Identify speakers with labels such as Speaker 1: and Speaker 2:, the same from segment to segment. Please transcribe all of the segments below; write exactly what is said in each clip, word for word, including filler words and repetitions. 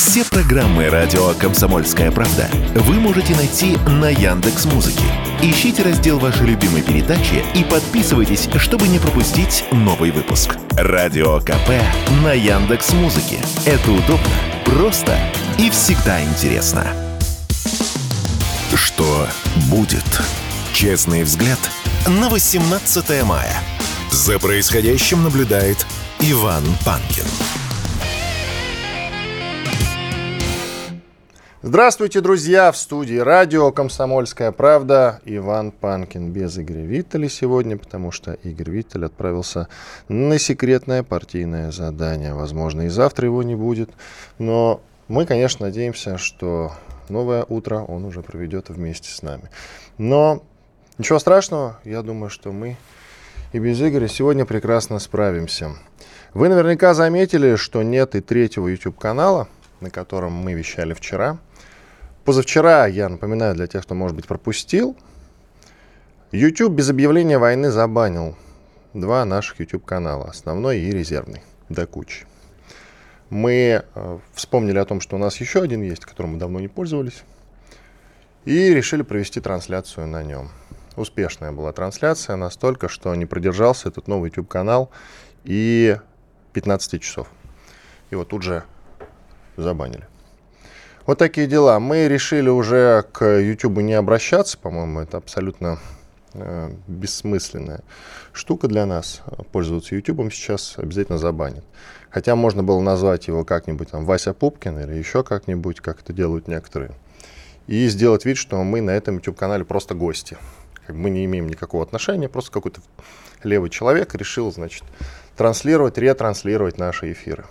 Speaker 1: Все программы радио «Комсомольская правда» вы можете найти на Яндекс.Музыке. Ищите раздел вашей любимой передачи и подписывайтесь, чтобы не пропустить новый выпуск. Радио КП на Яндекс.Музыке. Это удобно, просто и всегда интересно. Что будет? Честный взгляд на восемнадцатое мая. За происходящим наблюдает Иван Панкин.
Speaker 2: Здравствуйте, друзья! В студии радио «Комсомольская правда» Иван Панкин. Без Игоря Виттеля сегодня, потому что Игорь Виттель отправился на секретное партийное задание. Возможно, и завтра его не будет. Но мы, конечно, надеемся, что новое утро он уже проведет вместе с нами. Но ничего страшного, я думаю, что мы и без Игоря сегодня прекрасно справимся. Вы наверняка заметили, что нет и третьего YouTube-канала, на котором мы вещали вчера. Позавчера, я напоминаю для тех, кто, может быть, пропустил, YouTube без объявления войны забанил два наших YouTube-канала, основной и резервный, до кучи. Мы э, вспомнили о том, что у нас еще один есть, которым мы давно не пользовались, и решили провести трансляцию на нем. Успешная была трансляция, настолько, что не продержался этот новый YouTube-канал и пятнадцать часов. Его тут же забанили. Вот такие дела. Мы решили уже к YouTube не обращаться. По-моему, это абсолютно э, бессмысленная штука для нас. Пользоваться YouTube сейчас обязательно забанят. Хотя можно было назвать его как-нибудь там Вася Пупкин или еще как-нибудь, как это делают некоторые. И сделать вид, что мы на этом YouTube-канале просто гости. Как бы мы не имеем никакого отношения, просто какой-то левый человек решил, значит, транслировать, ретранслировать наши эфиры.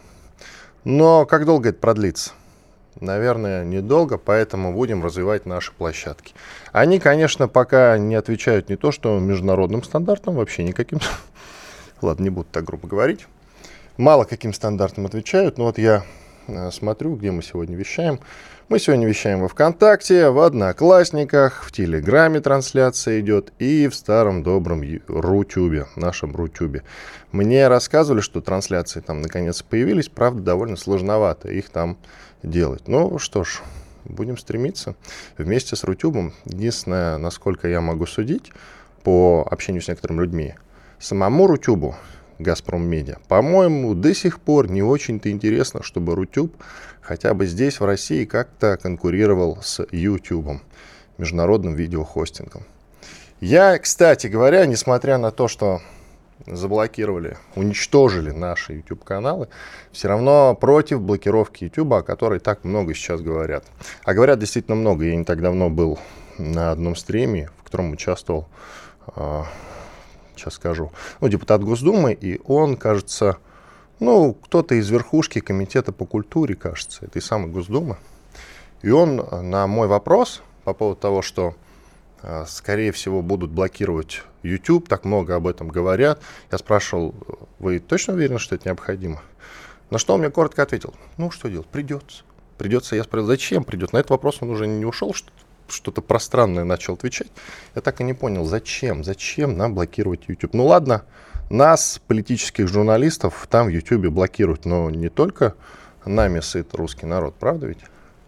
Speaker 2: Но как долго это продлится? Наверное, недолго, поэтому будем развивать наши площадки. Они, конечно, пока не отвечают не то, что международным стандартам, вообще никаким. Ладно, не буду так грубо говорить. Мало каким стандартам отвечают, но вот я смотрю, где мы сегодня вещаем. Мы сегодня вещаем во ВКонтакте, в Одноклассниках, в Телеграме трансляция идет и в старом добром Рутюбе, нашем Рутюбе. Мне рассказывали, что трансляции там наконец появились, правда, довольно сложновато их там делать. Ну что ж, будем стремиться вместе с Рутюбом. Единственное, насколько я могу судить по общению с некоторыми людьми, самому Рутюбу, Газпром Медиа, по-моему, до сих пор не очень-то интересно, чтобы Рутюб хотя бы здесь, в России, как-то конкурировал с Ютубом, международным видеохостингом. Я, кстати говоря, несмотря на то, что заблокировали, уничтожили наши YouTube-каналы, все равно против блокировки YouTube, о которой так много сейчас говорят. А говорят действительно много. Я не так давно был на одном стриме, в котором участвовал, э, сейчас скажу, ну, депутат Госдумы, и он, кажется, ну, кто-то из верхушки комитета по культуре, кажется, этой самой Госдумы. И он на мой вопрос по поводу того, что, э, скорее всего, будут блокировать YouTube, так много об этом говорят, я спрашивал, вы точно уверены, что это необходимо? На что он мне коротко ответил, ну, что делать, придется. Придется. Я спросил, зачем придется? На этот вопрос он уже не ушел, что-то пространное начал отвечать. Я так и не понял, зачем, зачем нам блокировать YouTube? Ну, ладно. Нас, политических журналистов, там в Ютубе блокируют, но не только нами сыт русский народ, правда ведь?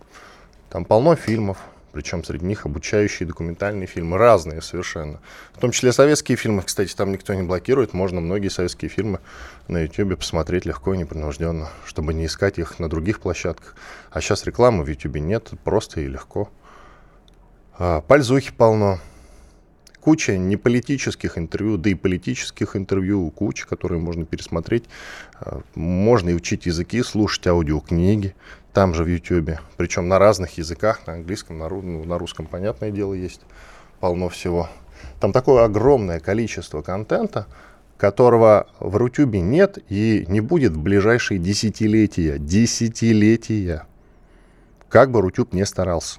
Speaker 2: Там полно фильмов, причем среди них обучающие документальные фильмы, разные совершенно. В том числе советские фильмы, кстати, там никто не блокирует, можно многие советские фильмы на Ютубе посмотреть легко и непринужденно, чтобы не искать их на других площадках. А сейчас рекламы в Ютубе нет, просто и легко. А, пользухи полно. Куча неполитических интервью, да и политических интервью, куча, которые можно пересмотреть. Можно и учить языки, слушать аудиокниги, там же в Ютубе. Причем на разных языках, на английском, на, на русском, понятное дело, есть полно всего. Там такое огромное количество контента, которого в Рутюбе нет и не будет в ближайшие десятилетия. Десятилетия. Как бы Рутюб не старался.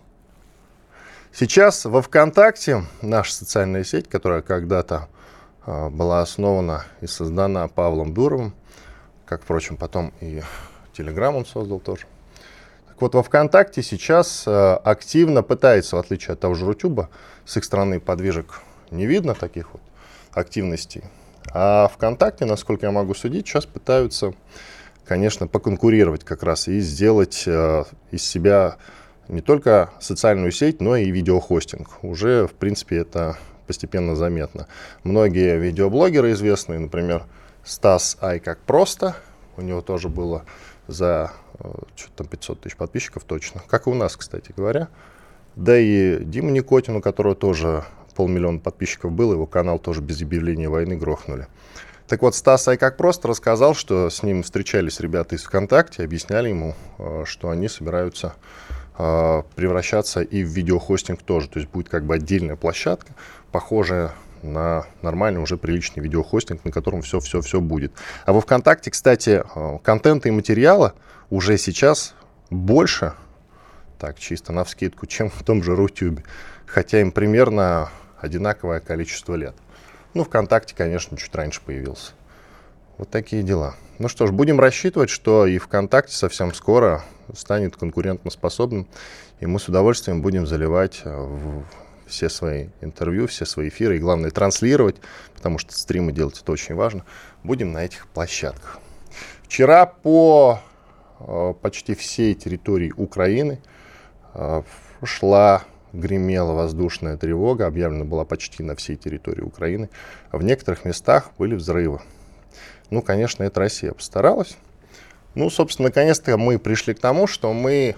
Speaker 2: Сейчас во ВКонтакте, наша социальная сеть, которая когда-то э, была основана и создана Павлом Дуровым, как, впрочем, потом и Телеграм он создал тоже. Так вот, во ВКонтакте сейчас э, активно пытается, в отличие от того же Рутюба, с их стороны подвижек не видно таких вот активностей. А ВКонтакте, насколько я могу судить, сейчас пытаются конечно, поконкурировать как раз и сделать э, из себя не только социальную сеть, но и видеохостинг. Уже, в принципе, это постепенно заметно. Многие видеоблогеры известные, например, Стас Ай как просто, у него тоже было за э, что-то там пятьсот тысяч подписчиков точно, как и у нас, кстати говоря. Да и Дима Никотин, у которого тоже полмиллиона подписчиков было, его канал тоже без объявления войны грохнули. Так вот, Стас Ай как просто рассказал, что с ним встречались ребята из ВКонтакте, объясняли ему, э, что они собираются э, превращаться и в видеохостинг тоже. То есть будет как бы отдельная площадка, похожая на нормальный, уже приличный видеохостинг, на котором все-все-все будет. А во ВКонтакте, кстати, контента и материала уже сейчас больше, так чисто навскидку, чем в том же Рутюбе, хотя им примерно одинаковое количество лет. Ну, ВКонтакте, конечно, чуть раньше появился. Вот такие дела. Ну что ж, будем рассчитывать, что и ВКонтакте совсем скоро станет конкурентоспособным, и мы с удовольствием будем заливать в все свои интервью, все свои эфиры, и главное транслировать, потому что стримы делать это очень важно, будем на этих площадках. Вчера по э, почти всей территории Украины э, шла, гремела воздушная тревога, объявлена была почти на всей территории Украины. В некоторых местах были взрывы. Ну, конечно, это Россия постаралась. Ну, собственно, наконец-то мы пришли к тому, что мы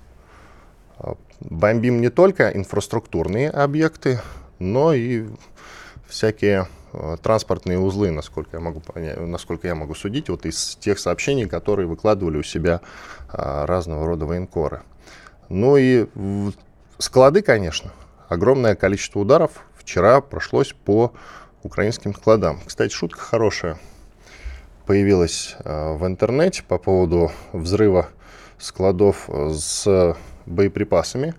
Speaker 2: бомбим не только инфраструктурные объекты, но и всякие э, транспортные узлы, насколько я могу понять, насколько я могу судить, вот из тех сообщений, которые выкладывали у себя э, разного рода военкоры. Ну и в, склады, конечно, огромное количество ударов вчера прошлось по украинским складам. Кстати, шутка хорошая появилась э, в интернете по поводу взрыва складов с боеприпасами,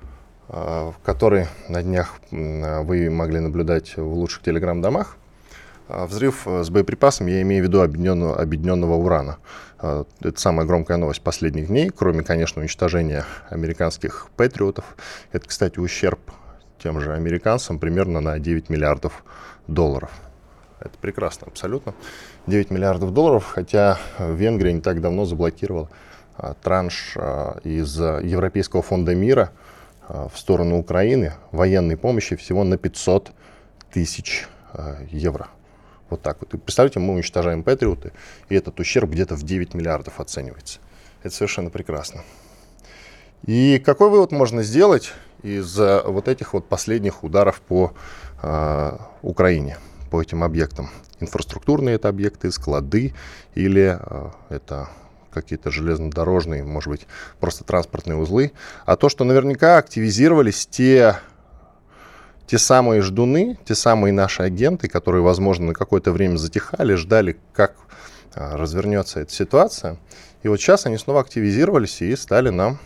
Speaker 2: который на днях вы могли наблюдать в лучших телеграм-домах. Взрыв с боеприпасами, я имею в виду объединенного, объединенного урана. Это самая громкая новость последних дней, кроме, конечно, уничтожения американских патриотов. Это, кстати, ущерб тем же американцам примерно на девять миллиардов долларов. Это прекрасно, абсолютно. девять миллиардов долларов, хотя Венгрия не так давно заблокировала транш из Европейского фонда мира в сторону Украины военной помощи всего на пятьсот тысяч евро. Вот так вот. И представляете, мы уничтожаем патриоты, и этот ущерб где-то в девять миллиардов оценивается. Это совершенно прекрасно. И какой вывод можно сделать из вот этих вот последних ударов по э, Украине, по этим объектам? Инфраструктурные это объекты, склады или э, это какие-то железнодорожные, может быть, просто транспортные узлы, а то, что наверняка активизировались те, те самые ждуны, те самые наши агенты, которые, возможно, на какое-то время затихали, ждали, как а, развернется эта ситуация. И вот сейчас они снова активизировались и стали нам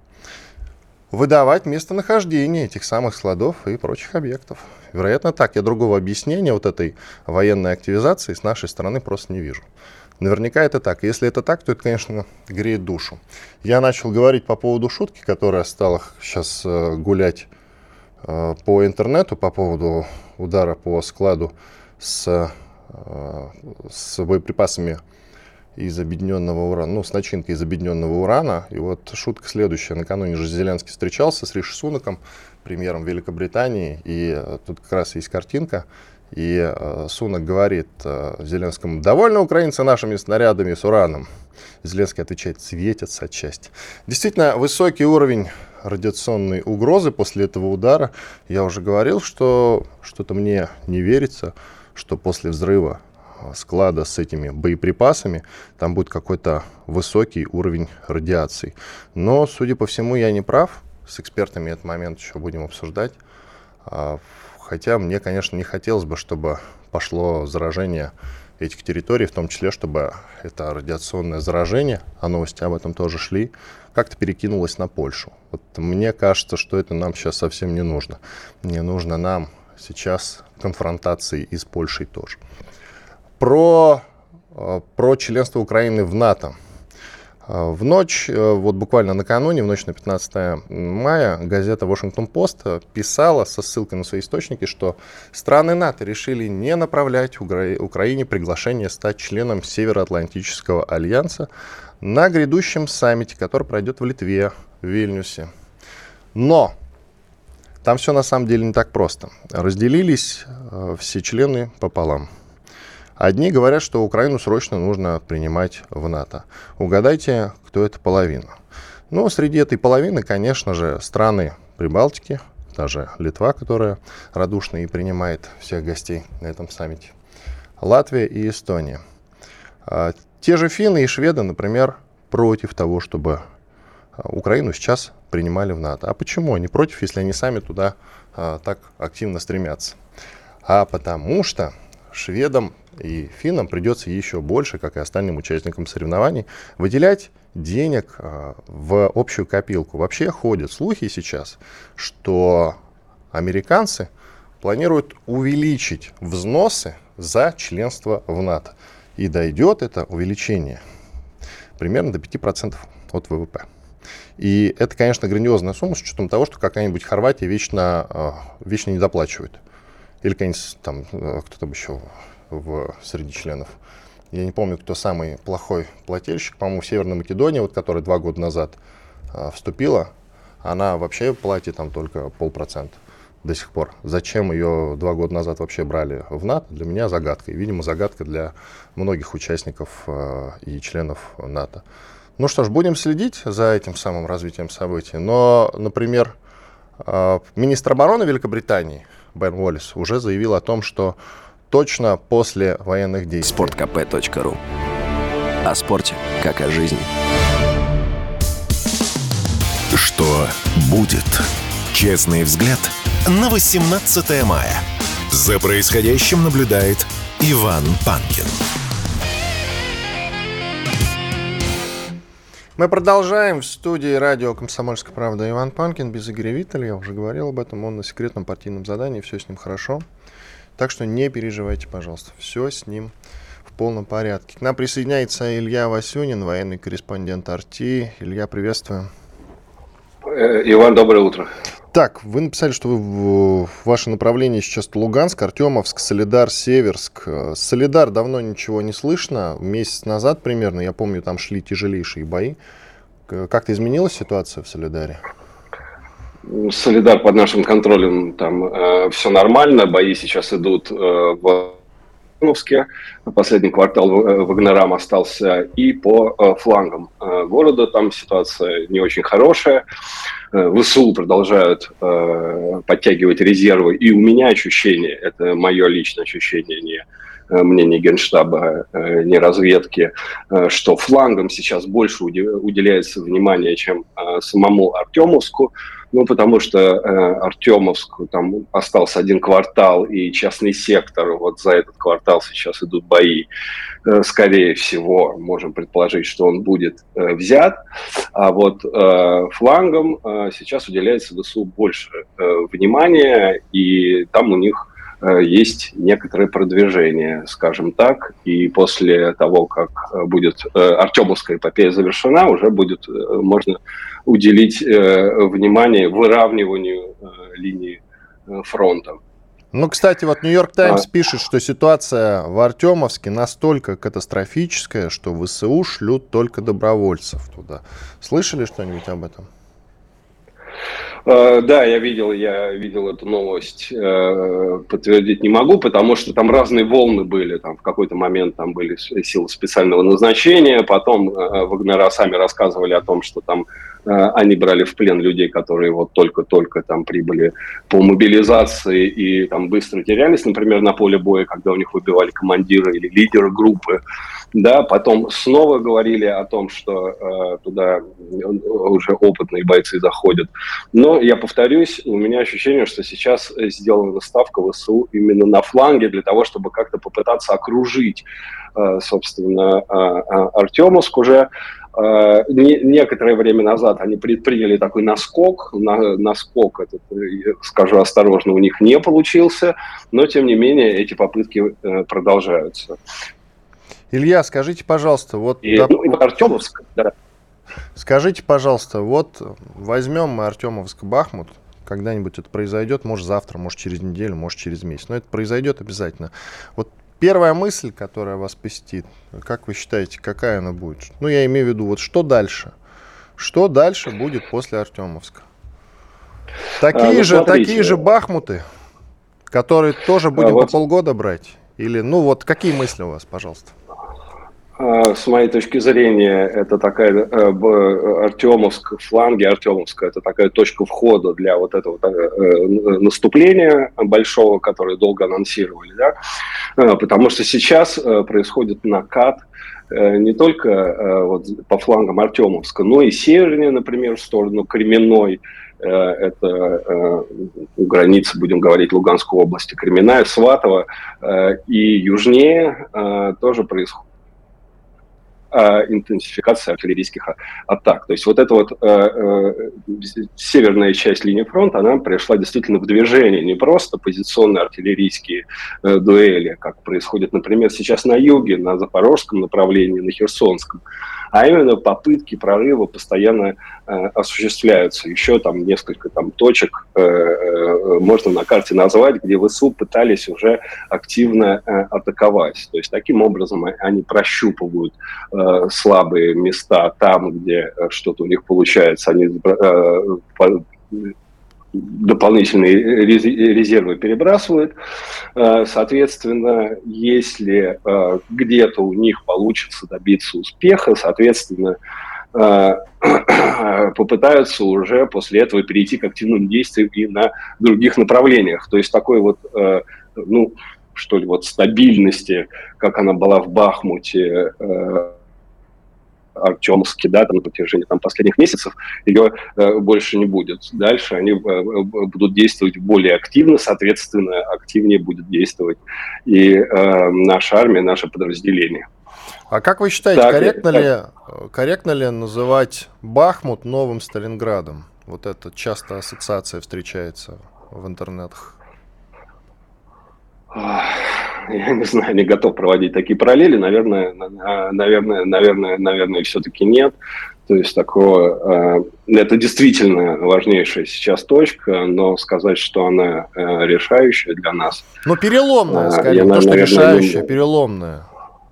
Speaker 2: выдавать местонахождение этих самых складов и прочих объектов. Вероятно, так. Я другого объяснения вот этой военной активизации с нашей стороны просто не вижу. Наверняка это так. Если это так, то это, конечно, греет душу. Я начал говорить по поводу шутки, которая стала сейчас э, гулять э, по интернету по поводу удара по складу с, э, с боеприпасами из объединенного урана, ну, с начинкой из объединенного урана. И вот шутка следующая. Накануне же Зеленский встречался с Риши Сунаком, премьером Великобритании, и э, тут как раз есть картинка. И э, Сунак говорит э, Зеленскому: довольны украинцы нашими снарядами с ураном? Зеленский отвечает: светятся отчасти. Действительно, высокий уровень радиационной угрозы после этого удара. Я уже говорил, что что-то мне не верится, что после взрыва склада с этими боеприпасами там будет какой-то высокий уровень радиации. Но, судя по всему, я не прав. С экспертами этот момент еще будем обсуждать. Хотя мне, конечно, не хотелось бы, чтобы пошло заражение этих территорий, в том числе, чтобы это радиационное заражение, а новости об этом тоже шли, как-то перекинулось на Польшу. Вот мне кажется, что это нам сейчас совсем не нужно. Не нужно нам сейчас конфронтации и с Польшей тоже. Про, про членство Украины в НАТО. В ночь, вот буквально накануне, в ночь на пятнадцатое мая, газета «Вашингтон-Пост» писала со ссылкой на свои источники, что страны НАТО решили не направлять Укра... Украине приглашение стать членом Североатлантического альянса на грядущем саммите, который пройдет в Литве, в Вильнюсе. Но там все на самом деле не так просто. Разделились все члены пополам. Одни говорят, что Украину срочно нужно принимать в НАТО. Угадайте, кто эта половина. Ну, среди этой половины, конечно же, страны Прибалтики, даже Литва, которая радушно и принимает всех гостей на этом саммите, Латвия и Эстония. А те же финны и шведы, например, против того, чтобы Украину сейчас принимали в НАТО. А почему они против, если они сами туда а, так активно стремятся? А потому что шведам и финнам придется еще больше, как и остальным участникам соревнований, выделять денег в общую копилку. Вообще ходят слухи сейчас, что американцы планируют увеличить взносы за членство в НАТО. И дойдет это увеличение примерно до пяти процентов от ВВП. И это, конечно, грандиозная сумма, с учетом того, что какая-нибудь Хорватия вечно, вечно недоплачивает. Или какой-нибудь там, кто там еще в, среди членов. Я не помню, кто самый плохой плательщик. По-моему, Северная Македония, вот, которая два года назад а, вступила, она вообще платит там только полпроцента до сих пор. Зачем ее два года назад вообще брали в НАТО, для меня загадка. И, видимо, загадка для многих участников а, и членов НАТО. Ну что ж, будем следить за этим самым развитием событий. Но, например, а, министр обороны Великобритании Бен Уоллес уже заявил о том, что точно после военных действий.
Speaker 1: спорт кей пи точка ру. О спорте, как о жизни. Что будет? Честный взгляд на восемнадцатое мая. За происходящим наблюдает Иван Панкин.
Speaker 2: Мы продолжаем. В студии радио «Комсомольская правда» Иван Панкин, без Игоря Виттеля. Я уже говорил об этом. Он на секретном партийном задании. Все с ним хорошо. Так что не переживайте, пожалуйста. Все с ним в полном порядке. К нам присоединяется Илья Васюнин, военный корреспондент эр ти. Илья, приветствую.
Speaker 3: Иван, доброе утро.
Speaker 2: Так, вы написали, что вы в, в ваше направление сейчас Луганск, Артемовск, Солидар, Северск. Солидар давно ничего не слышно. Месяц назад примерно, я помню, там шли тяжелейшие бои. Как-то изменилась ситуация в Солидаре?
Speaker 3: Солидар под нашим контролем, там э, все нормально. Бои сейчас идут э, в Артемовске. Последний квартал Вагнерам остался. И по э, флангам э, города там ситуация не очень хорошая. ВСУ продолжают э, подтягивать резервы, и у меня ощущение, это мое личное ощущение, не э, мнение Генштаба, э, не разведки, э, что флангам сейчас больше уделяется внимания, чем э, самому Артемовску, ну, потому что э, Артемовск, там остался один квартал, и частный сектор, вот за этот квартал сейчас идут бои. Э, скорее всего, можем предположить, что он будет э, взят, а вот э, флангам э, сейчас уделяется ВСУ больше э, внимания, и там у них э, есть некоторое продвижение, скажем так, и после того, как будет э, Артемовская эпопея завершена, уже будет, э, можно уделить э, внимание выравниванию э, линии э, фронта.
Speaker 2: Ну, кстати, вот Нью-Йорк Таймс а... пишет, что ситуация в Артемовске настолько катастрофическая, что ВСУ шлют только добровольцев туда. Слышали что-нибудь об этом?
Speaker 3: Uh, да, я видел, я видел эту новость, uh, подтвердить не могу, потому что там разные волны были, там в какой-то момент там были силы специального назначения, потом uh, Вагнера сами рассказывали о том, что там uh, они брали в плен людей, которые вот только-только там прибыли по мобилизации и там быстро терялись, например, на поле боя, когда у них выбивали командира или лидера группы. Да, потом снова говорили о том, что э, туда уже опытные бойцы заходят. Но я повторюсь, у меня ощущение, что сейчас сделана ставка ВСУ именно на фланге для того, чтобы как-то попытаться окружить, э, собственно, э, э, Артемовск уже. Э, не, некоторое время назад они предприняли такой наскок. На, наскок, этот, скажу осторожно, у них не получился, но тем не менее эти попытки э, продолжаются.
Speaker 2: Илья, скажите, пожалуйста, вот...
Speaker 3: И,
Speaker 2: да...
Speaker 3: ну, и Артемовск, да.
Speaker 2: Скажите, пожалуйста, вот возьмем мы Артемовск-Бахмут, когда-нибудь это произойдет, может завтра, может через неделю, может через месяц, но это произойдет обязательно. Вот первая мысль, которая вас посетит, как вы считаете, какая она будет? Ну, я имею в виду, вот что дальше? Что дальше будет после Артемовска? Такие, а, ну, же, такие же Бахмуты, которые тоже будем а, вот... по полгода брать? Или, ну вот, какие мысли у вас, пожалуйста?
Speaker 3: С моей точки зрения, это такая э, Артемовск, фланги Артемовска, это такая точка входа для вот этого э, наступления большого, которое долго анонсировали, да? э, потому что сейчас э, происходит накат э, не только э, вот, по флангам Артемовска, но и севернее, например, в сторону Кременной, э, это э, у границы, будем говорить, Луганской области, Кременная, Сватово, э, и южнее э, тоже происходит интенсификация артиллерийских атак. То есть вот эта вот э, э, северная часть линии фронта, она пришла действительно в движение, не просто позиционные артиллерийские э, дуэли, как происходит, например, сейчас на юге, на запорожском направлении, на херсонском, а именно попытки прорыва постоянно э, осуществляются. Еще там несколько там, точек э, э, можно на карте назвать, где ВСУ пытались уже активно э, атаковать. То есть таким образом они прощупывают э, слабые места там, где что-то у них получается, они э, по, дополнительные резервы перебрасывают. Э, соответственно, если э, где-то у них получится добиться успеха, соответственно, э, попытаются уже после этого перейти к активным действиям и на других направлениях. То есть такой вот, э, ну, что ли, вот стабильности, как она была в Бахмуте, э, Артемовске, да, там, на протяжении там, последних месяцев, ее э, больше не будет. Дальше они э, будут действовать более активно, соответственно, активнее будет действовать и э, наша армия, наше подразделение.
Speaker 2: А как вы считаете, так, корректно, так... ли, корректно ли называть Бахмут новым Сталинградом? Вот это часто ассоциация встречается в интернетах.
Speaker 3: Я не знаю, не готов проводить такие параллели. Наверное, наверное, наверное, наверное, все-таки нет. То есть такое, это действительно важнейшая сейчас точка, но сказать, что она решающая для нас.
Speaker 2: Ну, переломная, скорее, я, то, что наверное, решающая, не... переломная.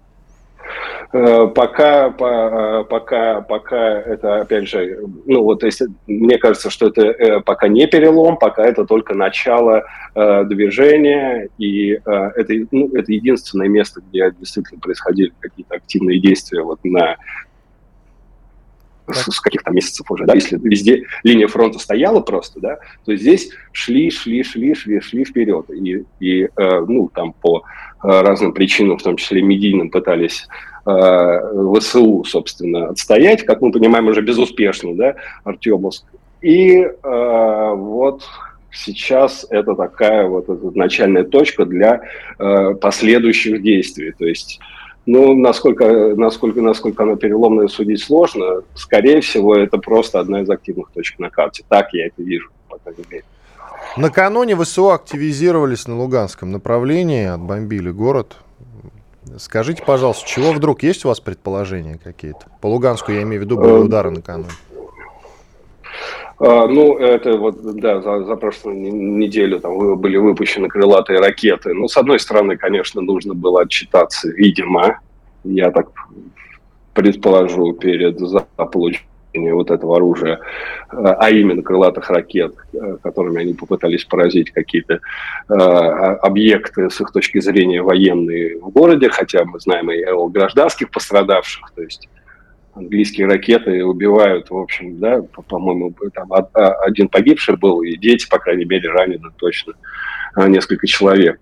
Speaker 3: Пока, по, пока, пока это, опять же, ну вот, если, мне кажется, что это пока не перелом, пока это только начало э, движения, и э, это, ну, это единственное место, где действительно происходили какие-то активные действия вот на с, с каких-то месяцев уже, да, если везде линия фронта стояла просто, да, то здесь шли, шли, шли, шли, шли вперед, и, и э, ну, там по разным причинам, в том числе медийным, пытались ВСУ, собственно, отстоять, как мы понимаем, уже безуспешно, да, Артемовск. И э, вот сейчас это такая вот эта начальная точка для э, последующих действий. То есть, ну, насколько, насколько, насколько она переломная, судить сложно. Скорее всего, это просто одна из активных точек на карте. Так я это вижу, по крайней мере.
Speaker 2: Накануне ВСУ активизировались на Луганском направлении, отбомбили город. Скажите, пожалуйста, чего вдруг? Есть у вас предположения какие-то? По Луганску, я имею в виду, были удары накануне.
Speaker 3: А, ну, это вот, да, за, за прошлую неделю там были выпущены крылатые ракеты. Ну, с одной стороны, конечно, нужно было отчитаться, видимо, я так предположу, перед получением вот этого оружия, а именно крылатых ракет, которыми они попытались поразить какие-то э, объекты с их точки зрения военные в городе, хотя мы знаем и о гражданских пострадавших, то есть английские ракеты убивают, в общем, да, по-моему, там один погибший был, и дети, по крайней мере, ранены точно несколько человек.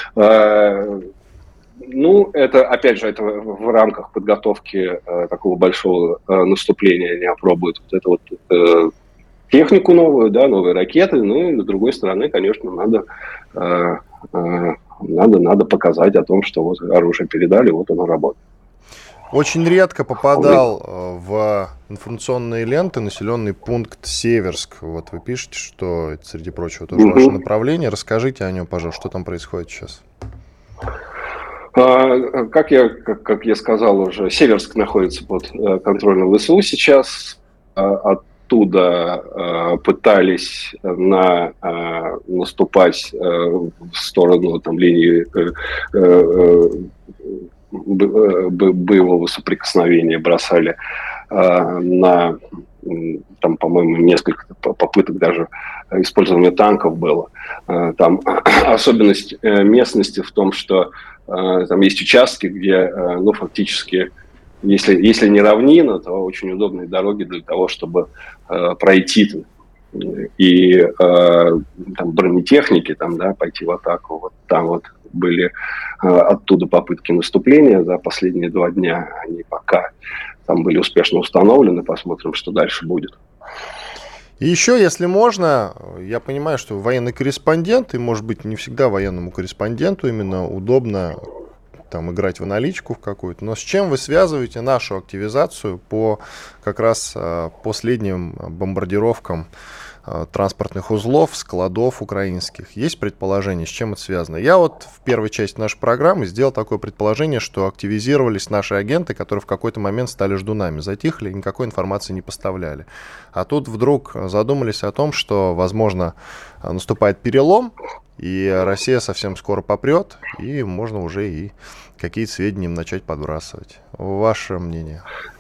Speaker 3: Ну, это, опять же, это в рамках подготовки э, такого большого э, наступления они опробуют вот эту вот э, технику новую, да, новые ракеты. Ну, и с другой стороны, конечно, надо, э, э, надо, надо показать о том, что вот оружие передали, вот оно работает.
Speaker 2: Очень редко попадал в информационные ленты населенный пункт Северск. Вот вы пишете, что это, среди прочего, тоже mm-hmm. ваше направление. Расскажите о нем, пожалуйста, что там происходит сейчас.
Speaker 3: Как я, как, как я сказал уже, Северск находится под контролем ВСУ сейчас. Оттуда пытались на, наступать в сторону там, линии боевого соприкосновения, бросали на, там, по-моему, несколько попыток даже использования танков было. Там особенность местности в том, что там есть участки, где, ну, фактически, если, если не равнина, то очень удобные дороги для того, чтобы пройти и э, там, бронетехники, там, да, пойти в атаку. Вот там вот были э, оттуда попытки наступления за последние два дня. Они пока там были успешно установлены. Посмотрим, что дальше будет.
Speaker 2: И еще, если можно, я понимаю, что военный корреспондент, и, может быть, не всегда военному корреспонденту именно удобно там играть в аналитику в какую-то, но с чем вы связываете нашу активизацию по как раз последним бомбардировкам транспортных узлов, складов украинских? Есть предположение, с чем это связано? Я вот в первой части нашей программы сделал такое предположение, что активизировались наши агенты, которые в какой-то момент стали ждунами, затихли, никакой информации не поставляли. А тут вдруг задумались о том, что, возможно, наступает перелом, и Россия совсем скоро попрет, и можно уже и какие-то сведения им начать подбрасывать. Ваше мнение?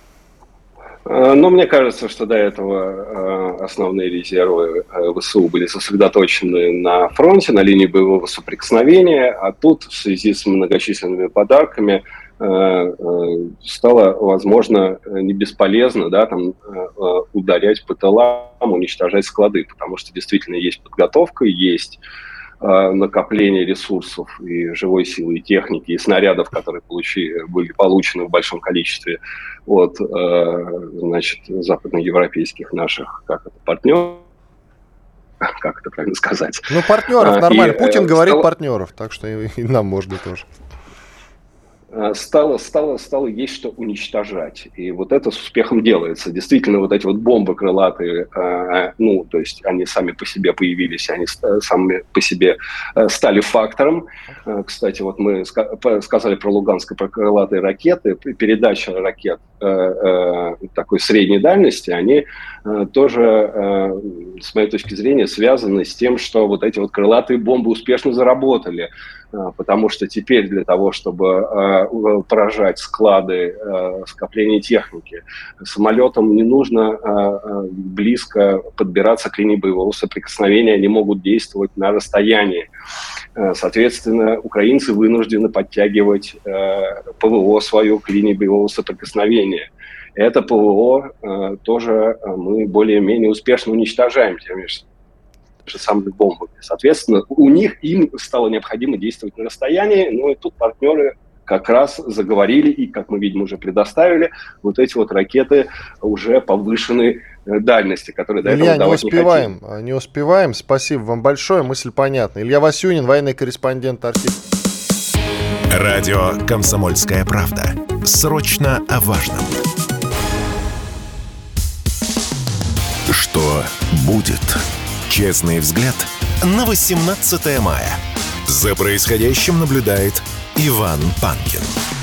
Speaker 3: Ну, мне кажется, что до этого основные резервы ВСУ были сосредоточены на фронте, на линии боевого соприкосновения, а тут в связи с многочисленными подарками стало, возможно, не бесполезно, да, там, ударять по тылам, уничтожать склады, потому что действительно есть подготовка, есть накопление ресурсов и живой силы, и техники, и снарядов, которые получи, были получены в большом количестве от, значит, западноевропейских наших, как это, партнеров, как это правильно сказать?
Speaker 2: Ну, партнеров, нормально. И, Путин э, говорит
Speaker 3: стало...
Speaker 2: партнеров, так что и, и нам можно тоже.
Speaker 3: Стало, стало, стало есть что уничтожать. И вот это с успехом делается. Действительно, вот эти вот бомбы крылатые, э, ну, то есть они сами по себе появились, они сами по себе стали фактором. Э, кстати, вот мы ска- сказали про Луганск, про крылатые ракеты. Передача ракет э, э, такой средней дальности, они э, тоже, э, с моей точки зрения, связаны с тем, что вот эти вот крылатые бомбы успешно заработали. Потому что теперь для того, чтобы э, поражать склады, э, скопления техники, самолетам не нужно э, близко подбираться к линии боевого соприкосновения, они могут действовать на расстоянии. Э, соответственно, украинцы вынуждены подтягивать э, ПВО свою к линии боевого соприкосновения. Это ПВО э, тоже мы более-менее успешно уничтожаем тем же самыми бомбами. Соответственно, у них им стало необходимо действовать на расстоянии, но и тут партнеры как раз заговорили и, как мы видим, уже предоставили вот эти вот ракеты уже повышенной дальности, которые до этого
Speaker 2: Илья,
Speaker 3: давать
Speaker 2: не успеваем,
Speaker 3: не хотим.
Speaker 2: Не успеваем. Спасибо вам большое, мысль понятна. Илья Васюнин, военный корреспондент архив.
Speaker 1: Радио «Комсомольская правда». Срочно о важном. Что будет? Честный взгляд на восемнадцатое мая. За происходящим наблюдает Иван Панкин.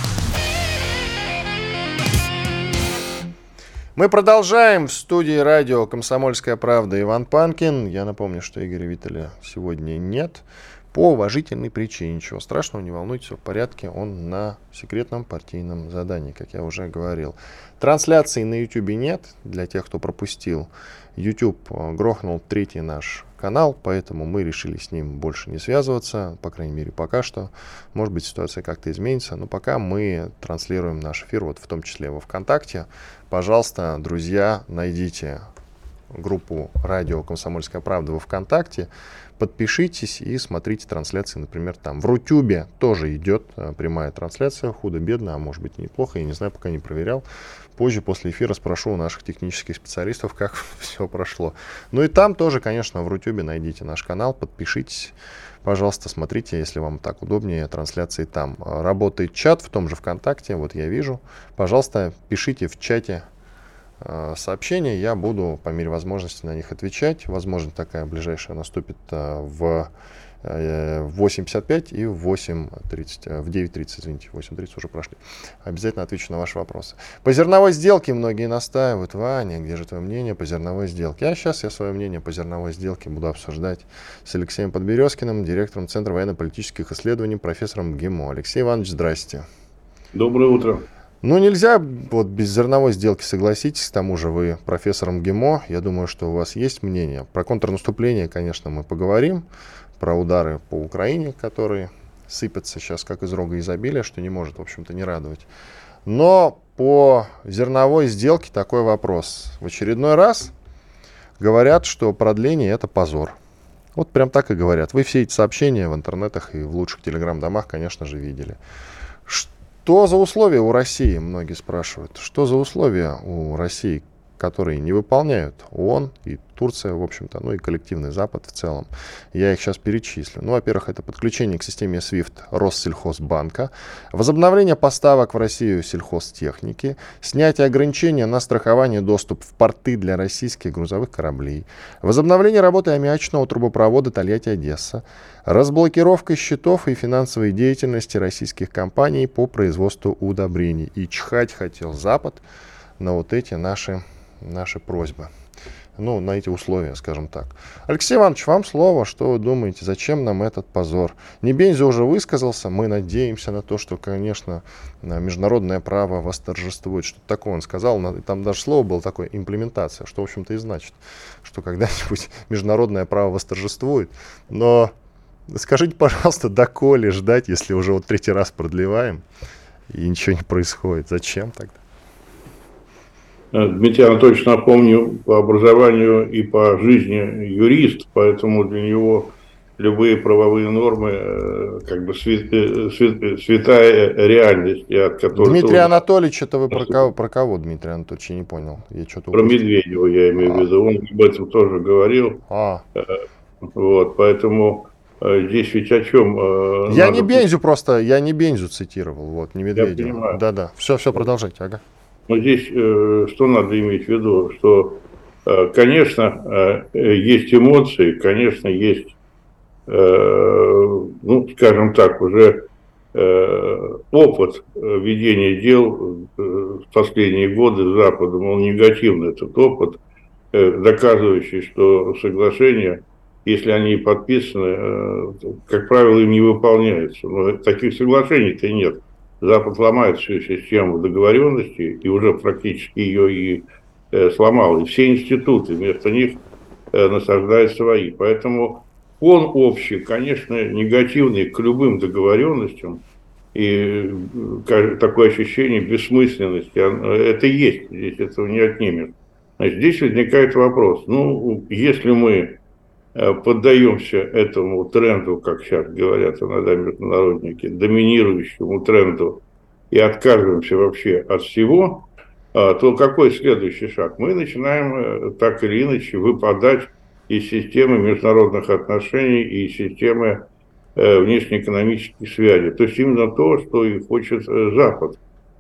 Speaker 2: Мы продолжаем. В студии радио «Комсомольская правда» Иван Панкин. Я напомню, что Игоря Виттеля сегодня нет. По уважительной причине. Ничего страшного, не волнуйтесь, все в порядке. Он на секретном партийном задании, как я уже говорил. Трансляции на YouTube нет, для тех, кто пропустил. YouTube грохнул третий наш канал, поэтому мы решили с ним больше не связываться, по крайней мере, пока что. Может быть, ситуация как-то изменится, но пока мы транслируем наш эфир, вот в том числе во ВКонтакте. Пожалуйста, друзья, найдите группу «Радио Комсомольская правда» во ВКонтакте, подпишитесь и смотрите трансляции, например, там. В Рутюбе тоже идет прямая трансляция, худо-бедно, а может быть и неплохо, я не знаю, пока не проверял. Позже, после эфира, спрошу у наших технических специалистов, как все прошло. Ну и там тоже, конечно, в Рутюбе найдите наш канал, подпишитесь. Пожалуйста, смотрите, если вам так удобнее, трансляции там. Работает чат в том же ВКонтакте, вот я вижу. Пожалуйста, пишите в чате сообщения, я буду по мере возможности на них отвечать. Возможно, такая ближайшая наступит в в восемь пятьдесят пять и в восемь тридцать, в девять тридцать, извините, восемь тридцать уже прошли. Обязательно отвечу на ваши вопросы. По зерновой сделке многие настаивают. Ваня, где же твое мнение по зерновой сделке? А сейчас я свое мнение по зерновой сделке буду обсуждать с Алексеем Подберезкиным, директором Центра военно-политических исследований, профессором ГИМО. Алексей Иванович, здрасте.
Speaker 4: Доброе утро.
Speaker 2: Ну, нельзя вот без зерновой сделки, согласитесь, к тому же вы профессором ГИМО, я думаю, что у вас есть мнение. Про контрнаступление, конечно, мы поговорим, про удары по Украине, которые сыпятся сейчас как из рога изобилия, что не может, в общем-то, не радовать. Но по зерновой сделке такой вопрос. В очередной раз говорят, что продление – это позор. Вот прям так и говорят. Вы все эти сообщения в интернетах и в лучших телеграм-домах, конечно же, видели. Что за условия у России, многие спрашивают. Что за условия у России, которые не выполняют ООН и Турция, в общем-то, ну и коллективный Запад в целом. Я их сейчас перечислю. Ну, во-первых, это подключение к системе свифт Россельхозбанка, возобновление поставок в Россию сельхозтехники, снятие ограничения на страхование доступ в порты для российских грузовых кораблей, возобновление работы аммиачного трубопровода Тольятти-Одесса, разблокировка счетов и финансовой деятельности российских компаний по производству удобрений. И чихать хотел Запад на вот эти наши, наши просьбы. Ну, на эти условия, скажем так. Алексей Иванович, вам слово. Что вы думаете? Зачем нам этот позор? Небензя уже высказался. Мы надеемся на то, что, конечно, международное право восторжествует. Что-то такое он сказал. Там даже слово было такое — имплементация. Что, в общем-то, и значит, что когда-нибудь международное право восторжествует. Но скажите, пожалуйста, доколе ждать, если уже вот третий раз продлеваем и ничего не происходит? Зачем тогда?
Speaker 4: Дмитрий Анатольевич, напомню, по образованию и по жизни юрист, поэтому для него любые правовые нормы как бы свят, свят, святая реальность. От которой
Speaker 2: Дмитрий
Speaker 4: тоже...
Speaker 2: Анатольевич, это вы про кого, про кого, Дмитрий Анатольевич, я не понял. Я что-то
Speaker 4: про Медведева я имею а. в виду, он об этом тоже говорил. А. Вот, поэтому здесь ведь о чем?
Speaker 2: Я надо... не Бензю просто, я не Бензю цитировал, вот, не Медведева. Да-да, все, все, продолжайте, ага.
Speaker 4: Но здесь э, что надо иметь в виду, что, э, конечно, э, есть эмоции, конечно, есть, э, ну, скажем так, уже э, опыт ведения дел э, в последние годы с Западом, он негативный, этот опыт, э, доказывающий, что соглашения, если они подписаны, э, как правило, им не выполняются. Но таких соглашений-то нет. Запад ломает всю систему договоренности и уже практически ее и э, сломал. И все институты вместо них э, насаждают свои. Поэтому фон общий, конечно, негативный к любым договоренностям. И э, такое ощущение бессмысленности. Это есть, здесь этого не отнимешь. Значит, здесь возникает вопрос. Ну, если мы поддаемся этому тренду, как сейчас говорят иногда международники, доминирующему тренду, и отказываемся вообще от всего, то какой следующий шаг? Мы начинаем так или иначе выпадать из системы международных отношений и системы внешнеэкономических связей. То есть именно то, что и хочет Запад.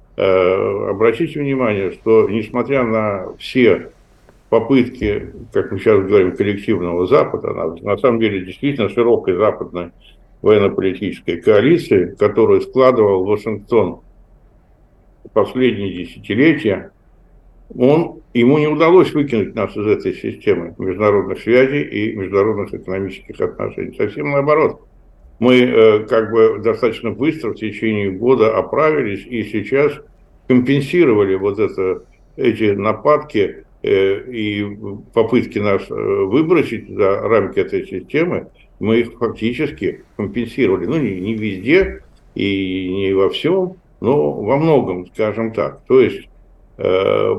Speaker 4: Обратите внимание, что несмотря на все попытки, как мы сейчас говорим, коллективного Запада, на, на самом деле действительно широкой западной военно-политической коалиции, которую складывал Вашингтон последние десятилетия, он, ему не удалось выкинуть нас из этой системы международных связей и международных экономических отношений. Совсем наоборот. Мы э, как бы достаточно быстро в течение года оправились и сейчас компенсировали вот это, эти нападки и попытки нас выбросить за рамки этой системы, мы их фактически компенсировали. Ну, не, не везде и не во всем, но во многом, скажем так. То есть э,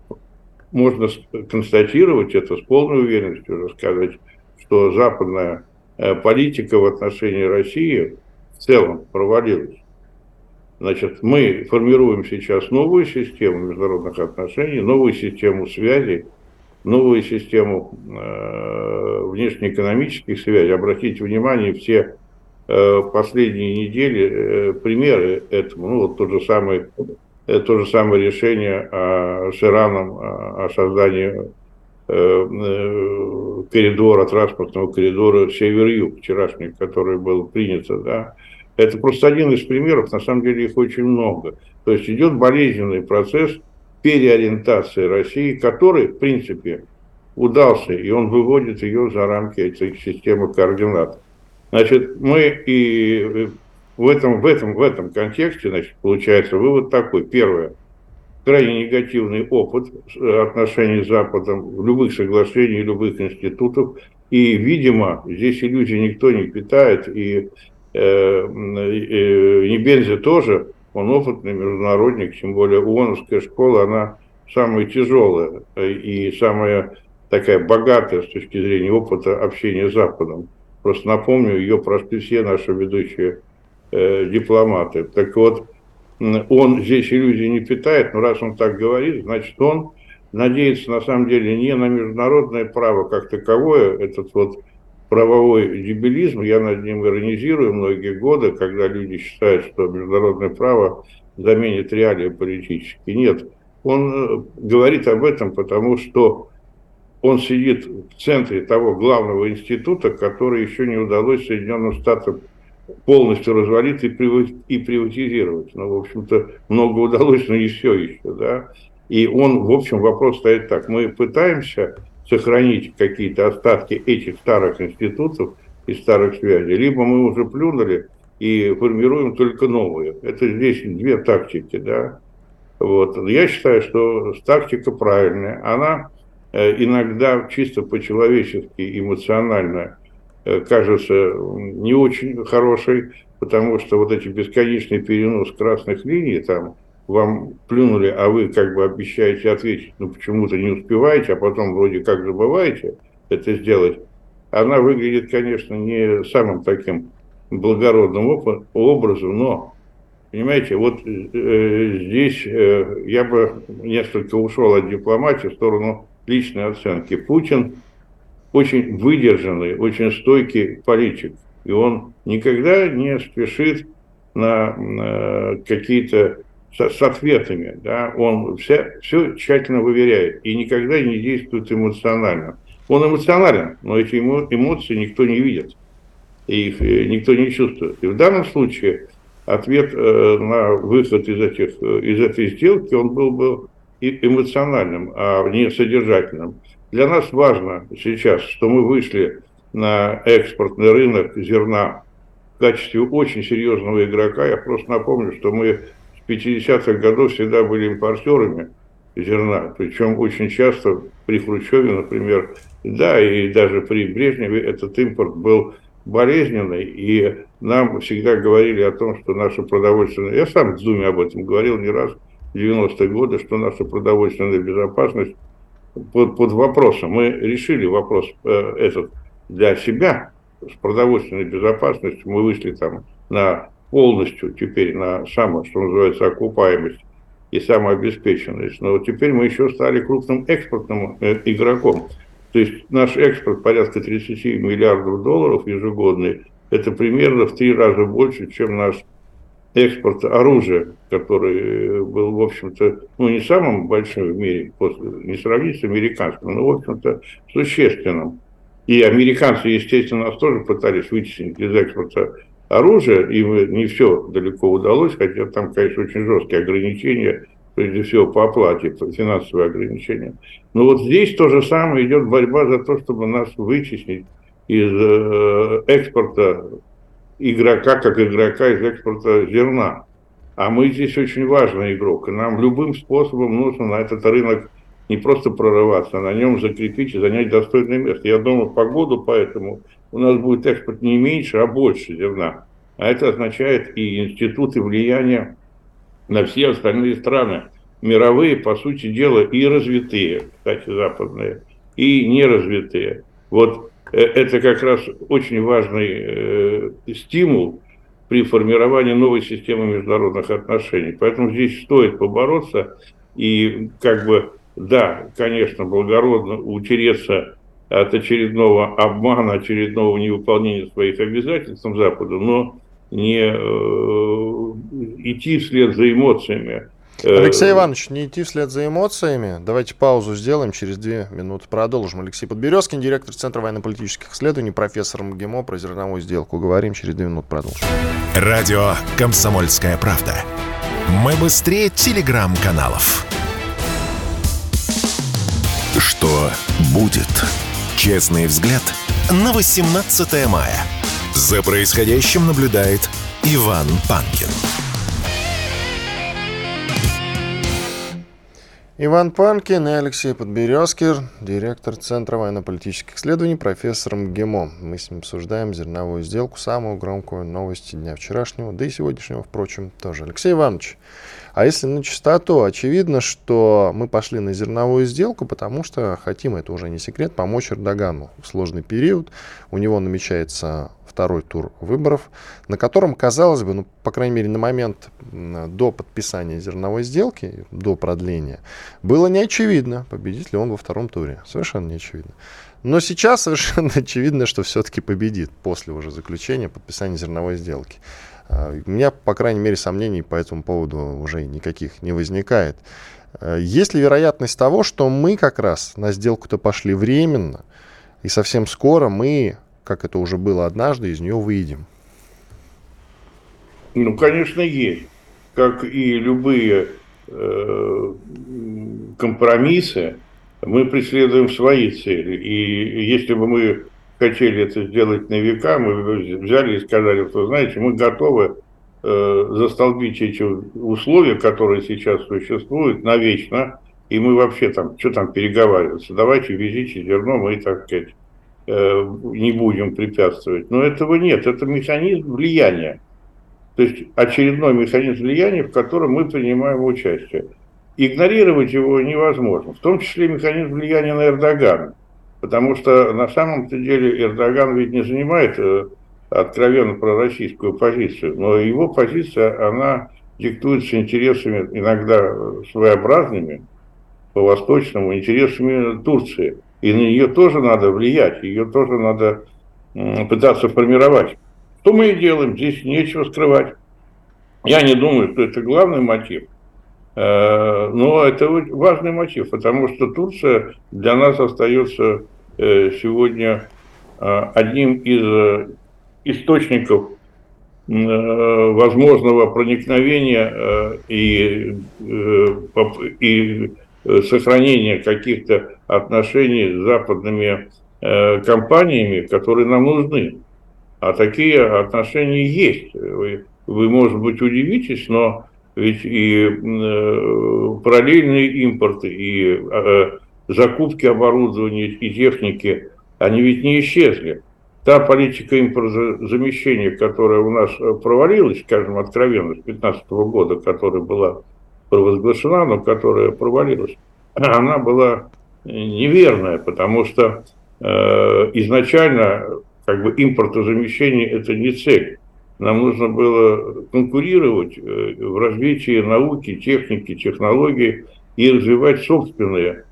Speaker 4: можно констатировать это с полной уверенностью, уже сказать, что западная э, политика в отношении России в целом провалилась. Значит, мы формируем сейчас новую систему международных отношений, новую систему связей, новую систему э, внешнеэкономических связей. Обратите внимание, все э, последние недели э, примеры этому. Ну, вот то же самое, э, то же самое решение э, с Ираном э, о создании э, э, коридора, транспортного коридора север-юг вчерашний, который был принят, да, это просто один из примеров, на самом деле их очень много. То есть идет болезненный процесс переориентации России, который, в принципе, удался, и он выводит ее за рамки этой системы координат. Значит, мы и в этом, в этом, в этом контексте, значит, получается вывод такой. Первое. Крайне негативный опыт отношений с Западом, любых соглашений, любых институтов. И, видимо, здесь иллюзий никто не питает, и э, э, Небензи тоже, он опытный международник, тем более ООНовская школа, она самая тяжелая и самая такая богатая с точки зрения опыта общения с Западом. Просто напомню, ее прошли все наши ведущие э, дипломаты. Так вот, он здесь иллюзий не питает, но раз он так говорит, значит, он надеется на самом деле не на международное право как таковое, этот вот правовой дебилизм, я над ним иронизирую многие годы, когда люди считают, что международное право заменит реалии политические. Нет, он говорит об этом, потому что он сидит в центре того главного института, который еще не удалось Соединенным Штатам полностью развалить и приватизировать. Ну, в общем-то, много удалось, но не все еще, да. И он, в общем, вопрос стоит так. Мы пытаемся сохранить какие-то остатки этих старых институтов и старых связей, либо мы уже плюнули и формируем только новые. Это здесь две тактики, да. Вот. Я считаю, что тактика правильная. Она иногда чисто по-человечески, эмоционально кажется не очень хорошей, потому что вот эти бесконечные перенос красных линий, там вам плюнули, а вы как бы обещаете ответить, но почему-то не успеваете, а потом вроде как забываете это сделать, она выглядит, конечно, не самым таким благородным образом, но, понимаете, вот э, здесь э, я бы несколько ушел от дипломатии в сторону личной оценки. Путин очень выдержанный, очень стойкий политик. И он никогда не спешит на, на какие-то с, с ответами. Да? Он вся, все тщательно выверяет и никогда не действует эмоционально. Он эмоционален, но эти эмо, эмоции никто не видит. И их никто не чувствует. И в данном случае ответ э, на выход из, этих, из этой сделки, он был бы эмоциональным, а не содержательным. Для нас важно сейчас, что мы вышли на экспортный рынок зерна в качестве очень серьезного игрока. Я просто напомню, что мы с пятидесятых годов всегда были импортерами зерна, причем очень часто при Хрущеве, например, да, и даже при Брежневе этот импорт был болезненный, и нам всегда говорили о том, что наша продовольственная... Я сам в Думе об этом говорил не раз в девяностые годы, что наша продовольственная безопасность Под, под вопросом. Мы решили вопрос э, этот для себя с продовольственной безопасностью. Мы вышли там на полностью теперь на самое, что называется, окупаемость и самообеспеченность. Но вот теперь мы еще стали крупным экспортным э, игроком. То есть наш экспорт порядка тридцать миллиардов долларов ежегодный. Это примерно в три раза больше, чем наш экспорт оружия, который был, в общем-то, ну, не самым большим в мире, не сравнить с американским, но, в общем-то, существенным. И американцы, естественно, нас тоже пытались вытеснить из экспорта оружия, им не все далеко удалось, хотя там, конечно, очень жесткие ограничения, прежде всего по оплате, финансовые ограничения. Но вот здесь то же самое идет борьба за то, чтобы нас вытеснить из экспорта игрока, как игрока из экспорта зерна. А мы здесь очень важный игрок, и нам любым способом нужно на этот рынок не просто прорываться, а на нем закрепить и занять достойное место. Я думаю, по году поэтому у нас будет экспорт не меньше, а больше зерна. А это означает и институты влияния на все остальные страны. Мировые, по сути дела, и развитые, кстати, западные, и неразвитые. Вот это как раз очень важный э, стимул при формировании новой системы международных отношений. Поэтому здесь стоит побороться и как бы, да, конечно, благородно утереться от очередного обмана, очередного невыполнения своих обязательств Западу, но не э, идти вслед за эмоциями.
Speaker 2: Алексей Иванович, не идти вслед за эмоциями. Давайте паузу сделаем, через две минуты продолжим. Алексей Подберезкин, директор Центра военно-политических исследований, профессор МГИМО, про зерновую сделку. Говорим, через две минуты продолжим.
Speaker 1: Радио «Комсомольская правда». Мы быстрее телеграм-каналов. Что будет? Честный взгляд на восемнадцатое мая. За происходящим наблюдает Иван Панкин.
Speaker 2: Иван Панкин и Алексей Подберезкин, директор Центра военно-политических исследований, профессор МГИМО. Мы с ним обсуждаем зерновую сделку, самую громкую новость дня вчерашнего, да и сегодняшнего, впрочем, тоже. Алексей Иванович, а если на чистоту, очевидно, что мы пошли на зерновую сделку, потому что хотим, это уже не секрет, помочь Эрдогану в сложный период. У него намечается второй тур выборов, на котором, казалось бы, ну, по крайней мере, на момент до подписания зерновой сделки, до продления, было не очевидно, победит ли он во втором туре. Совершенно не очевидно. Но сейчас совершенно очевидно, что все-таки победит после уже заключения, подписания зерновой сделки. У меня, по крайней мере, сомнений по этому поводу уже никаких не возникает. Есть ли вероятность того, что мы как раз на сделку-то пошли временно, и совсем скоро мы, как это уже было однажды, из нее выйдем?
Speaker 4: Ну, конечно, есть. Как и любые э, компромиссы, мы преследуем свои цели. И если бы мы хотели это сделать на века, мы взяли и сказали, что, знаете, мы готовы э, застолбить эти условия, которые сейчас существуют, навечно, и мы вообще там, что там переговариваться, давайте везите зерно, мы, так сказать, э, не будем препятствовать. Но этого нет, это механизм влияния. То есть очередной механизм влияния, в котором мы принимаем участие. Игнорировать его невозможно, в том числе механизм влияния на Эрдогана. Потому что на самом-то деле Эрдоган ведь не занимает э, откровенно пророссийскую позицию, но его позиция, она диктуется интересами иногда своеобразными, по-восточному, интересами Турции. И на нее тоже надо влиять, ее тоже надо э, пытаться формировать. Что мы и делаем, здесь нечего скрывать. Я не думаю, что это главный мотив. Но это важный мотив, потому что Турция для нас остается сегодня одним из источников возможного проникновения и, и сохранения каких-то отношений с западными компаниями, которые нам нужны. А такие отношения есть. Вы, вы может быть, удивитесь, но ведь и э, параллельные импорты, и э, закупки оборудования и техники, они ведь не исчезли. Та политика импортозамещения, которая у нас провалилась, скажем, откровенно, с две тысячи пятнадцатого года, которая была провозглашена, но которая провалилась, она была неверная, потому что э, изначально как бы импортозамещение – это не цель. Нам нужно было конкурировать в развитии науки, техники, технологий и развивать собственные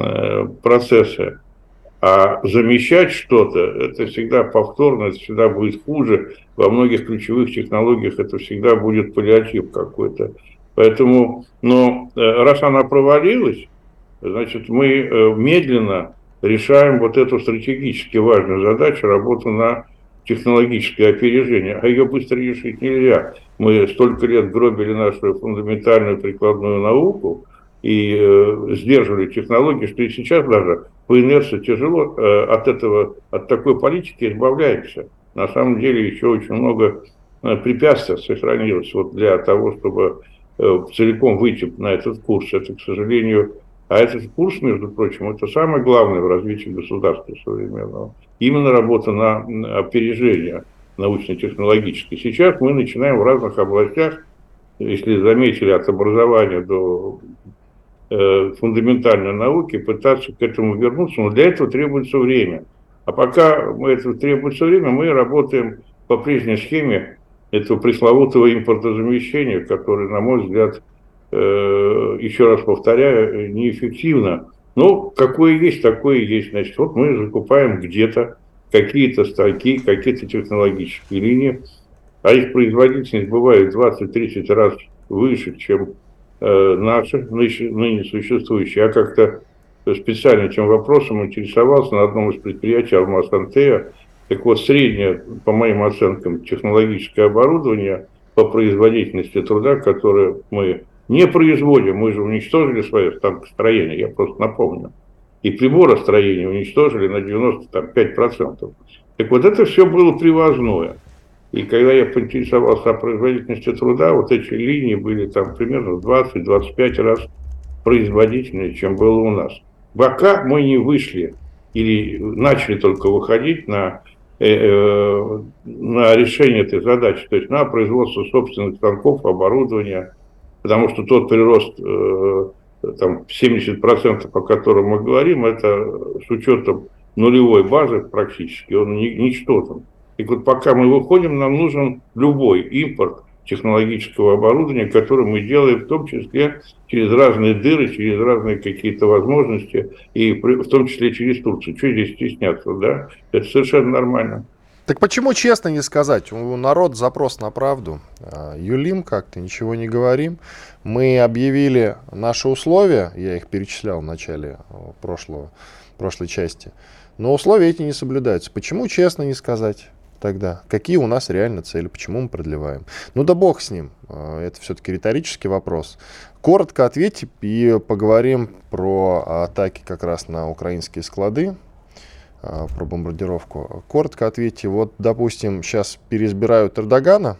Speaker 4: процессы. А замещать что-то, это всегда повторно, это всегда будет хуже. Во многих ключевых технологиях это всегда будет паллиатив какой-то. Поэтому, но раз она провалилась, значит, мы медленно решаем вот эту стратегически важную задачу, работу на технологическое опережение, а ее быстро решить нельзя. Мы столько лет гробили нашу фундаментальную прикладную науку и э, сдерживали технологии, что и сейчас даже по инерции тяжело э, от этого, от такой политики избавляемся. На самом деле еще очень много э, препятствий сохранилось вот для того, чтобы э, целиком выйти на этот курс. Это, к сожалению, а этот курс, между прочим, это самое главное в развитии государства современного. Именно работа на опережение научно-технологической. Сейчас мы начинаем в разных областях, если заметили, от образования до э, фундаментальной науки, пытаться к этому вернуться, но для этого требуется время. А пока мы это требуется время, мы работаем по прежней схеме этого пресловутого импортозамещения, которое, на мой взгляд, э, еще раз повторяю, неэффективно. Ну, какое есть, такое есть. Значит, вот мы закупаем где-то какие-то станки, какие-то технологические линии, а их производительность бывает двадцать-тридцать раз выше, чем э, наши, ныне, ныне существующие. Я как-то специально этим вопросом интересовался на одном из предприятий Алмаз-Антея. Так вот, среднее, по моим оценкам, технологическое оборудование по производительности труда, которое мы не производим, мы же уничтожили свое станкостроение, я просто напомню. И приборостроение уничтожили на девяносто пять процентов. Так вот, это все было привозное. И когда я поинтересовался о производительности труда, вот эти линии были там примерно в двадцать-двадцать пять раз производительнее, чем было у нас. Пока мы не вышли или начали только выходить на, э, э, на решение этой задачи, то есть на производство собственных станков, оборудования, потому что тот прирост э, там, семьдесят процентов, о котором мы говорим, это с учетом нулевой базы практически, он ничтожен. И вот пока мы выходим, нам нужен любой импорт технологического оборудования, которое мы делаем, в том числе через разные дыры, через разные какие-то возможности, и в том числе через Турцию. Что здесь стесняться, да? Это совершенно нормально.
Speaker 2: Так почему честно не сказать? У народа запрос на правду. Юлим как-то, ничего не говорим. Мы объявили наши условия, я их перечислял в начале прошлого, прошлой части, но условия эти не соблюдаются. Почему честно не сказать тогда? Какие у нас реально цели? Почему мы продлеваем? Ну да бог с ним. Это все-таки риторический вопрос. Коротко ответьте и поговорим про атаки как раз на украинские склады, про бомбардировку. Коротко ответьте. Вот, допустим, сейчас переизбирают Эрдогана,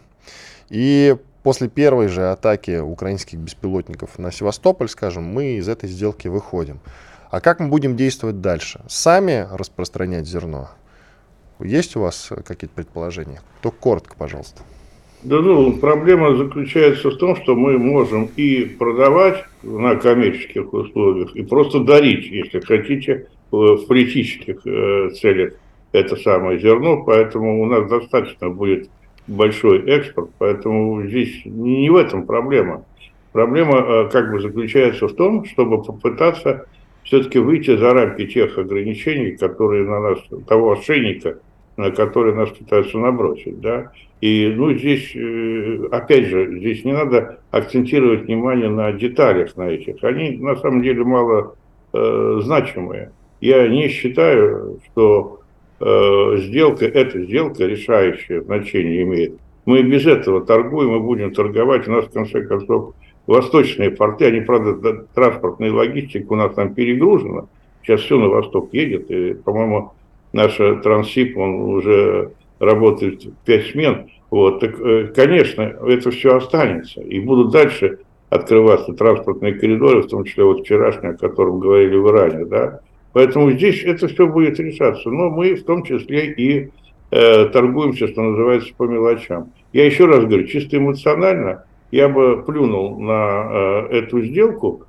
Speaker 2: и после первой же атаки украинских беспилотников на Севастополь, скажем, мы из этой сделки выходим. А как мы будем действовать дальше? Сами распространять зерно? Есть у вас какие-то предположения? Только коротко, пожалуйста.
Speaker 4: Да, ну, проблема заключается в том, что мы можем и продавать на коммерческих условиях, и просто дарить, если хотите, в политических э, целях это самое зерно, поэтому у нас достаточно будет большой экспорт, поэтому здесь не в этом проблема. Проблема э, как бы заключается в том, чтобы попытаться все-таки выйти за рамки тех ограничений, которые на нас, того ошейника, на который нас пытаются набросить, да. И, ну, здесь, опять же, здесь не надо акцентировать внимание на деталях на этих. Они, на самом деле, мало э, значимые. Я не считаю, что э, сделка, эта сделка решающее значение имеет. Мы без этого торгуем и будем торговать. У нас, в конце концов, восточные порты, они, правда, транспортная логистика у нас там перегружена. Сейчас все на восток едет, и, по-моему, наша Транссиб, он уже работает пять смен. Вот. Так, конечно, это все останется. И будут дальше открываться транспортные коридоры, в том числе вот вчерашний, о котором говорили в Иране. Да? Поэтому здесь это все будет решаться. Но мы в том числе и э, торгуемся, что называется, по мелочам. Я еще раз говорю, чисто эмоционально я бы плюнул на э, эту сделку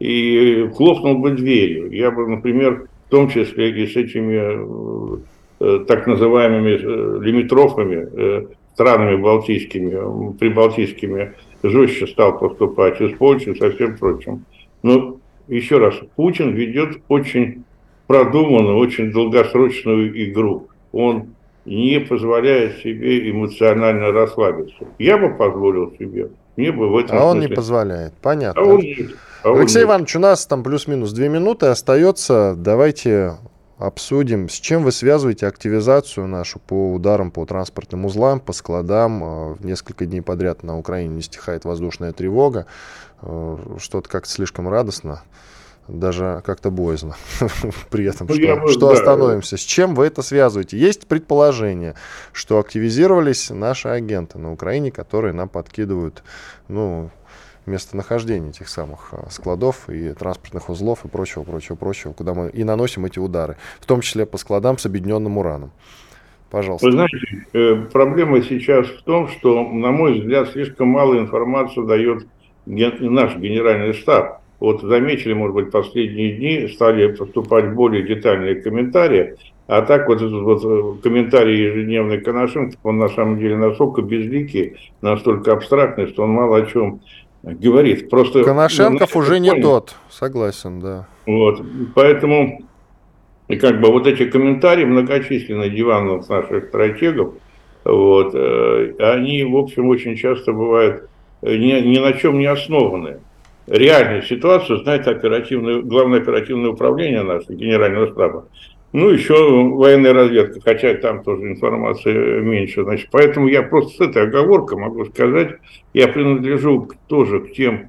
Speaker 4: и хлопнул бы дверью. Я бы, например, в том числе и с этими э, так называемыми э, лимитрофами, э, странами балтийскими, прибалтийскими, жестче стал поступать, и с Польшей, и со всем прочим. Но, еще раз, Путин ведет очень продуманную, очень долгосрочную игру. Он не позволяет себе эмоционально расслабиться. Я бы позволил себе. Мне бы в этом
Speaker 2: а он
Speaker 4: смысле...
Speaker 2: не позволяет, понятно.
Speaker 4: А он нет. А
Speaker 2: Алексей
Speaker 4: он
Speaker 2: Иванович, у нас там плюс-минус две минуты остается. Давайте обсудим, с чем вы связываете активизацию нашу по ударам по транспортным узлам, по складам. Несколько дней подряд на Украине не стихает воздушная тревога. Что-то как-то слишком радостно, даже как-то боязно при этом,
Speaker 4: ну,
Speaker 2: что,
Speaker 4: бы,
Speaker 2: что
Speaker 4: да.
Speaker 2: остановимся. С чем вы это связываете? Есть предположение, что активизировались наши агенты на Украине, которые нам подкидывают, ну, местонахождение этих самых складов и транспортных узлов и прочего, прочего, прочего, куда мы и наносим эти удары, в том числе по складам с объединенным ураном. Пожалуйста.
Speaker 4: Вы знаете, проблема сейчас в том, что, на мой взгляд, слишком мало информации дает наш генеральный штаб. Вот заметили, может быть, последние дни стали поступать более детальные комментарии, а так вот этот вот комментарий ежедневный Коношенков, он на самом деле настолько безликий, настолько абстрактный, что он мало о чем говорит. Просто,
Speaker 2: Коношенков
Speaker 4: ну,
Speaker 2: уже не
Speaker 4: понял.
Speaker 2: тот, согласен, да.
Speaker 4: Вот, поэтому, и как бы вот эти комментарии многочисленные диванных наших стратегов, вот, э, они, в общем, очень часто бывают ни, ни на чем не основаны. реальную ситуацию знает оперативное, главное оперативное управление нашего генерального штаба. Ну, еще военная разведка, хотя там тоже информации меньше. Значит, поэтому я просто с этой оговоркой могу сказать, я принадлежу тоже к тем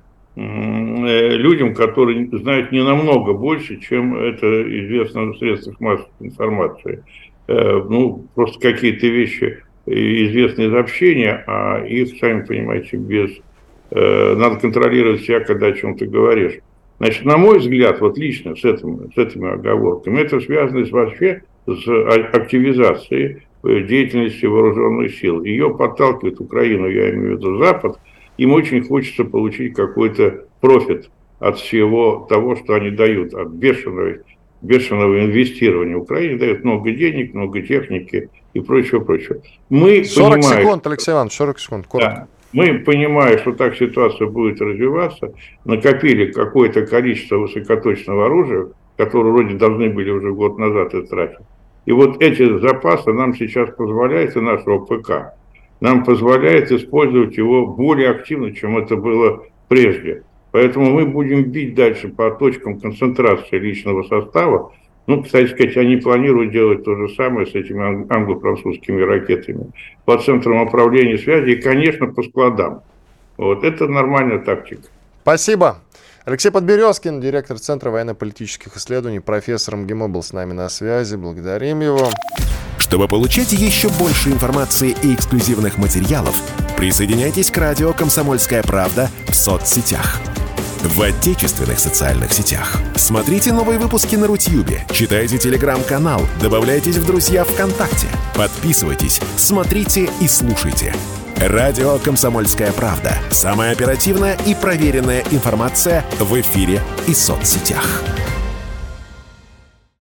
Speaker 4: людям, которые знают не намного больше, чем это известно в средствах массовой информации. Ну, просто какие-то вещи известны из общения, а их, сами понимаете, без... Надо контролировать себя, когда о чем-то говоришь. Значит, на мой взгляд, вот лично с, этим, с этими оговорками, это связано вообще с активизацией деятельности вооруженных сил. Ее подталкивает Украину, я имею в виду Запад, им очень хочется получить какой-то профит от всего того, что они дают, от бешеного, бешеного инвестирования. Украине дают много денег, много техники и прочего-прочего. Мы
Speaker 2: сорок
Speaker 4: понимаем,
Speaker 2: секунд, Алексей Иванович, сорок секунд, коротко.
Speaker 4: Да. Мы, понимая, что так ситуация будет развиваться, накопили какое-то количество высокоточного оружия, которое вроде должны были уже год назад тратить. И вот эти запасы нам сейчас позволяют, и нашего ПК, нам позволяет использовать его более активно, чем это было прежде. Поэтому мы будем бить дальше по точкам концентрации личного состава. Ну, кстати сказать, они планируют делать то же самое с этими англо-французскими ракетами по центрам управления связи и, конечно, по складам. Вот это нормальная тактика.
Speaker 2: Спасибо. Алексей Подберезкин, директор Центра военно-политических исследований, профессор МГИМО, был с нами на связи. Благодарим его.
Speaker 1: Чтобы получать еще больше информации и эксклюзивных материалов, присоединяйтесь к радио «Комсомольская правда» в соцсетях. В отечественных социальных сетях. Смотрите новые выпуски на Рутьюбе, читайте телеграм-канал, добавляйтесь в друзья ВКонтакте, подписывайтесь, смотрите и слушайте. Радио «Комсомольская правда». Самая оперативная и проверенная информация в эфире и соцсетях.